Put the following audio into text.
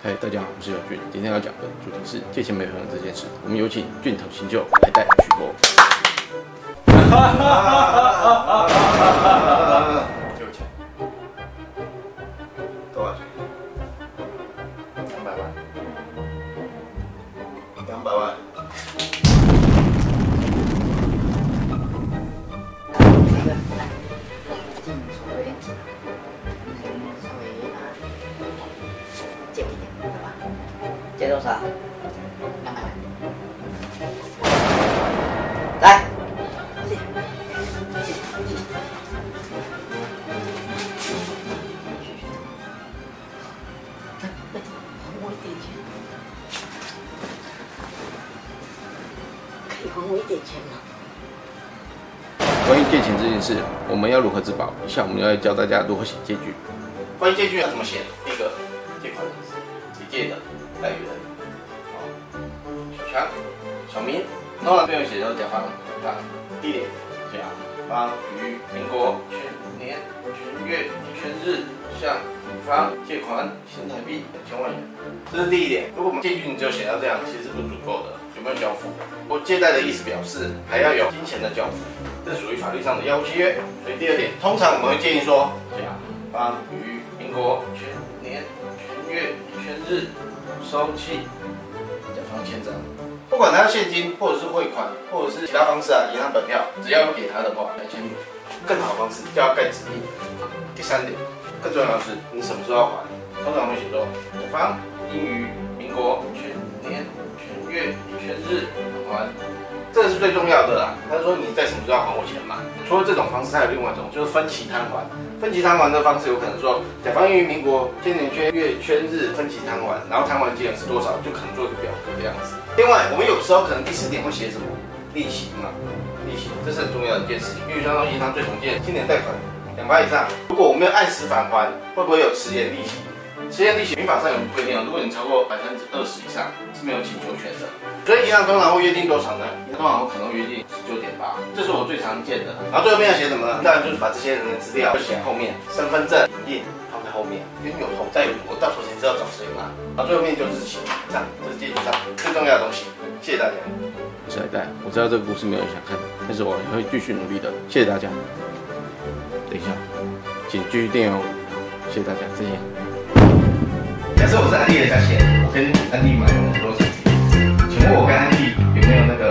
嗨，大家好，我是小俊。今天要讲的主题是借钱没还这件事。我们有请俊腾新旧海带曲播。借我钱， 多少钱 200万。 200万。 借多少？200万。来，谢谢，谢谢，谢谢。还我一点钱，可以还我一点钱吗？ 关于借钱这件事，我们要如何自保？以下我们要教大家如何写借据。关于借据要怎么写？第一个，借款人谁借的？贷与人。小强、小明，通常不用写到甲方。第一点，甲方于民国全年全月全日向乙方借款新台币2000万元。这是第一点。如果我们借据你只有写到这样，其实是不足够的。有没有交付？我借贷的意思表示还要有金钱的交付，这属于法律上的要约。所以第二点，通常我们会建议说，甲方于民国全年全月全日收期，甲方签章。不管他现金，或者是汇款，或者是其他方式银行本票，只要有给他的话来签名。更好的方式叫他盖指印。第三点，更重要的是你什么时候要还？通常会写说，甲方应于民国全年全月全日还。这个是最重要的啦。他说你在什么时候要还我钱嘛？除了这种方式，还有另外一种，就是分期摊还。分期摊还的方式有可能说，甲方于民国千年全月全日分期摊还，然后摊还金额是多少，就可能做一个表格的样子。另外，我们有时候可能第4点会写什么利息嘛？利息，这是很重要的一件事情。因为相当于银行最常见青年贷款2%以上，如果我没有按时返还，会不会有迟延利息？迟延利息民法上有规定，如果你超过20%以上是没有请求权的。所以银行通常会约定多少呢？银行通常会可能约定19.8，这是我最常见的。然后最后面要写什么呢？当然就是把这些人的资料就写后面，身份证影印放在后面，冤有头债有主，我到时候才知道找谁嘛。然后最后面就日期，这样这是借据上最重要的东西。谢谢大家。我是海带，我知道这个故事没有人想看，但是我也会继续努力的。谢谢大家。等一下，请继续订阅我，谢谢大家，再见。假设我是安利的下线，我跟安利买了很多产品，请问我跟安利有没有那个